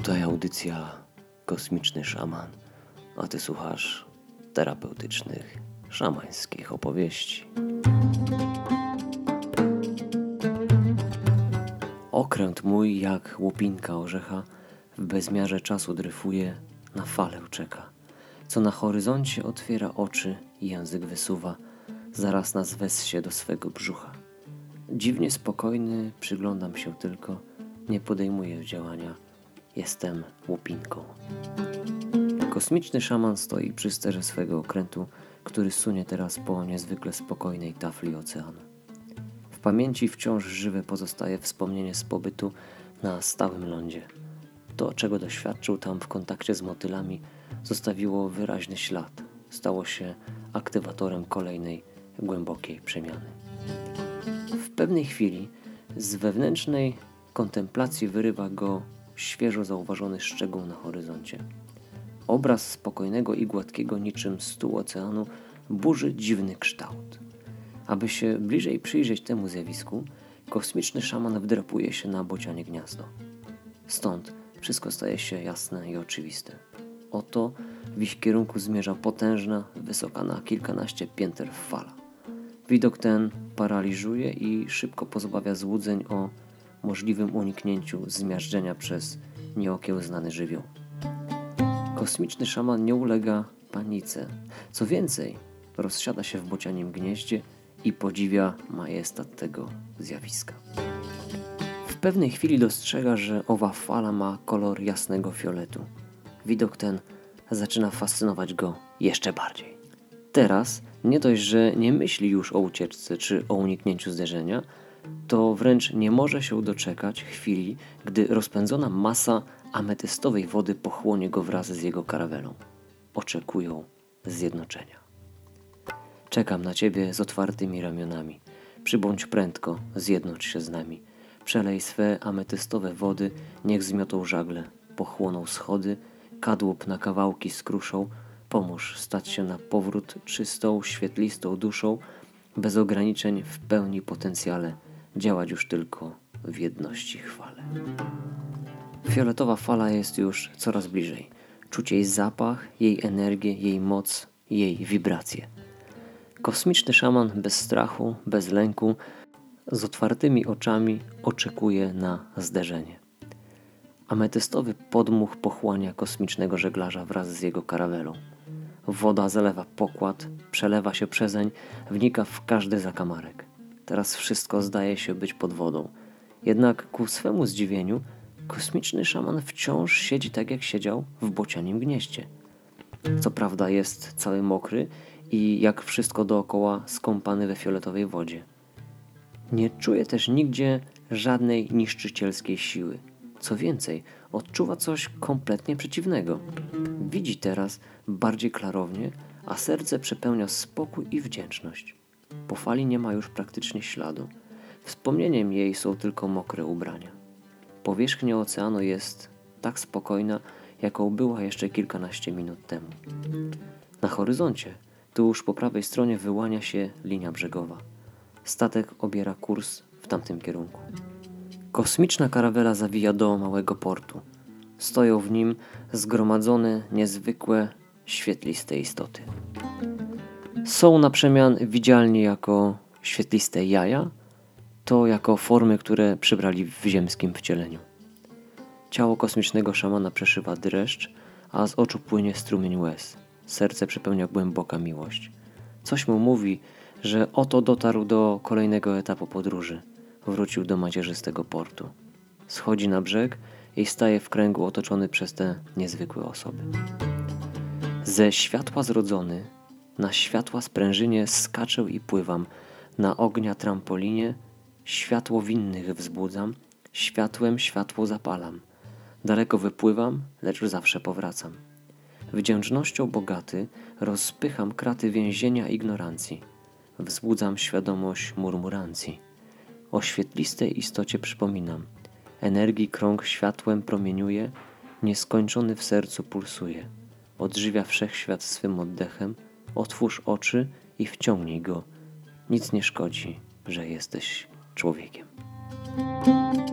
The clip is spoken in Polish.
Tutaj audycja Kosmiczny Szaman, a ty słuchasz terapeutycznych, szamańskich opowieści. Okręt mój jak łupinka orzecha w bezmiarze czasu dryfuje, na falę czeka. Co na horyzoncie otwiera oczy i język wysuwa, zaraz nas wessie do swego brzucha. Dziwnie spokojny przyglądam się tylko, nie podejmuję działania, jestem łupinką. Kosmiczny szaman stoi przy sterze swego okrętu, który sunie teraz po niezwykle spokojnej tafli oceanu. W pamięci wciąż żywe pozostaje wspomnienie z pobytu na stałym lądzie. To, czego doświadczył tam w kontakcie z motylami, zostawiło wyraźny ślad. Stało się aktywatorem kolejnej, głębokiej przemiany. W pewnej chwili z wewnętrznej kontemplacji wyrywa go świeżo zauważony szczegół na horyzoncie. Obraz spokojnego i gładkiego niczym stół oceanu burzy dziwny kształt. Aby się bliżej przyjrzeć temu zjawisku, kosmiczny szaman wdrapuje się na bocianie gniazdo. Stąd wszystko staje się jasne i oczywiste. Oto w ich kierunku zmierza potężna, wysoka na kilkanaście pięter fala. Widok ten paraliżuje i szybko pozbawia złudzeń o możliwym uniknięciu zmiażdżenia przez nieokiełznany żywioł. Kosmiczny szaman nie ulega panice. Co więcej, rozsiada się w bocianim gnieździe i podziwia majestat tego zjawiska. W pewnej chwili dostrzega, że owa fala ma kolor jasnego fioletu. Widok ten zaczyna fascynować go jeszcze bardziej. Teraz nie dość, że nie myśli już o ucieczce czy o uniknięciu zderzenia, to wręcz nie może się doczekać chwili, gdy rozpędzona masa ametystowej wody pochłonie go wraz z jego karawelą. Oczekują zjednoczenia. Czekam na ciebie z otwartymi ramionami. Przybądź prędko, zjednocz się z nami. Przelej swe ametystowe wody, niech zmiotą żagle, pochłoną schody, kadłub na kawałki skruszą, pomóż stać się na powrót czystą, świetlistą duszą, bez ograniczeń w pełni potencjale, działać już tylko w jedności chwale. Fioletowa fala jest już coraz bliżej. Czuć jej zapach, jej energię, jej moc, jej wibracje. Kosmiczny szaman bez strachu, bez lęku, z otwartymi oczami oczekuje na zderzenie. Ametystowy podmuch pochłania kosmicznego żeglarza wraz z jego karawelą. Woda zalewa pokład, przelewa się przezeń, wnika w każdy zakamarek. Teraz wszystko zdaje się być pod wodą. Jednak ku swemu zdziwieniu kosmiczny szaman wciąż siedzi tak jak siedział w bocianim gnieździe. Co prawda jest cały mokry i jak wszystko dookoła skąpany we fioletowej wodzie. Nie czuje też nigdzie żadnej niszczycielskiej siły. Co więcej, odczuwa coś kompletnie przeciwnego. Widzi teraz bardziej klarownie, a serce przepełnia spokój i wdzięczność. Po fali nie ma już praktycznie śladu. Wspomnieniem jej są tylko mokre ubrania. Powierzchnia oceanu jest tak spokojna, jaką była jeszcze kilkanaście minut temu. Na horyzoncie, tuż po prawej stronie wyłania się linia brzegowa. Statek obiera kurs w tamtym kierunku. Kosmiczna karawela zawija do małego portu. Stoją w nim zgromadzone niezwykłe, świetliste istoty. Są na przemian widzialni jako świetliste jaja, to jako formy, które przybrali w ziemskim wcieleniu. Ciało kosmicznego szamana przeszywa dreszcz, a z oczu płynie strumień łez. Serce przepełnia głęboka miłość. Coś mu mówi, że oto dotarł do kolejnego etapu podróży. Wrócił do macierzystego portu. Schodzi na brzeg i staje w kręgu otoczony przez te niezwykłe osoby. Ze światła zrodzony, na światła sprężynie skaczę i pływam, na ognia trampolinie światło winnych wzbudzam, światłem światło zapalam. Daleko wypływam, lecz zawsze powracam. Wdzięcznością bogaty rozpycham kraty więzienia ignorancji. Wzbudzam świadomość murmurancji. O świetlistej istocie przypominam. Energii krąg światłem promieniuje, nieskończony w sercu pulsuje. Odżywia wszechświat swym oddechem. Otwórz oczy i wciągnij go. Nic nie szkodzi, że jesteś człowiekiem.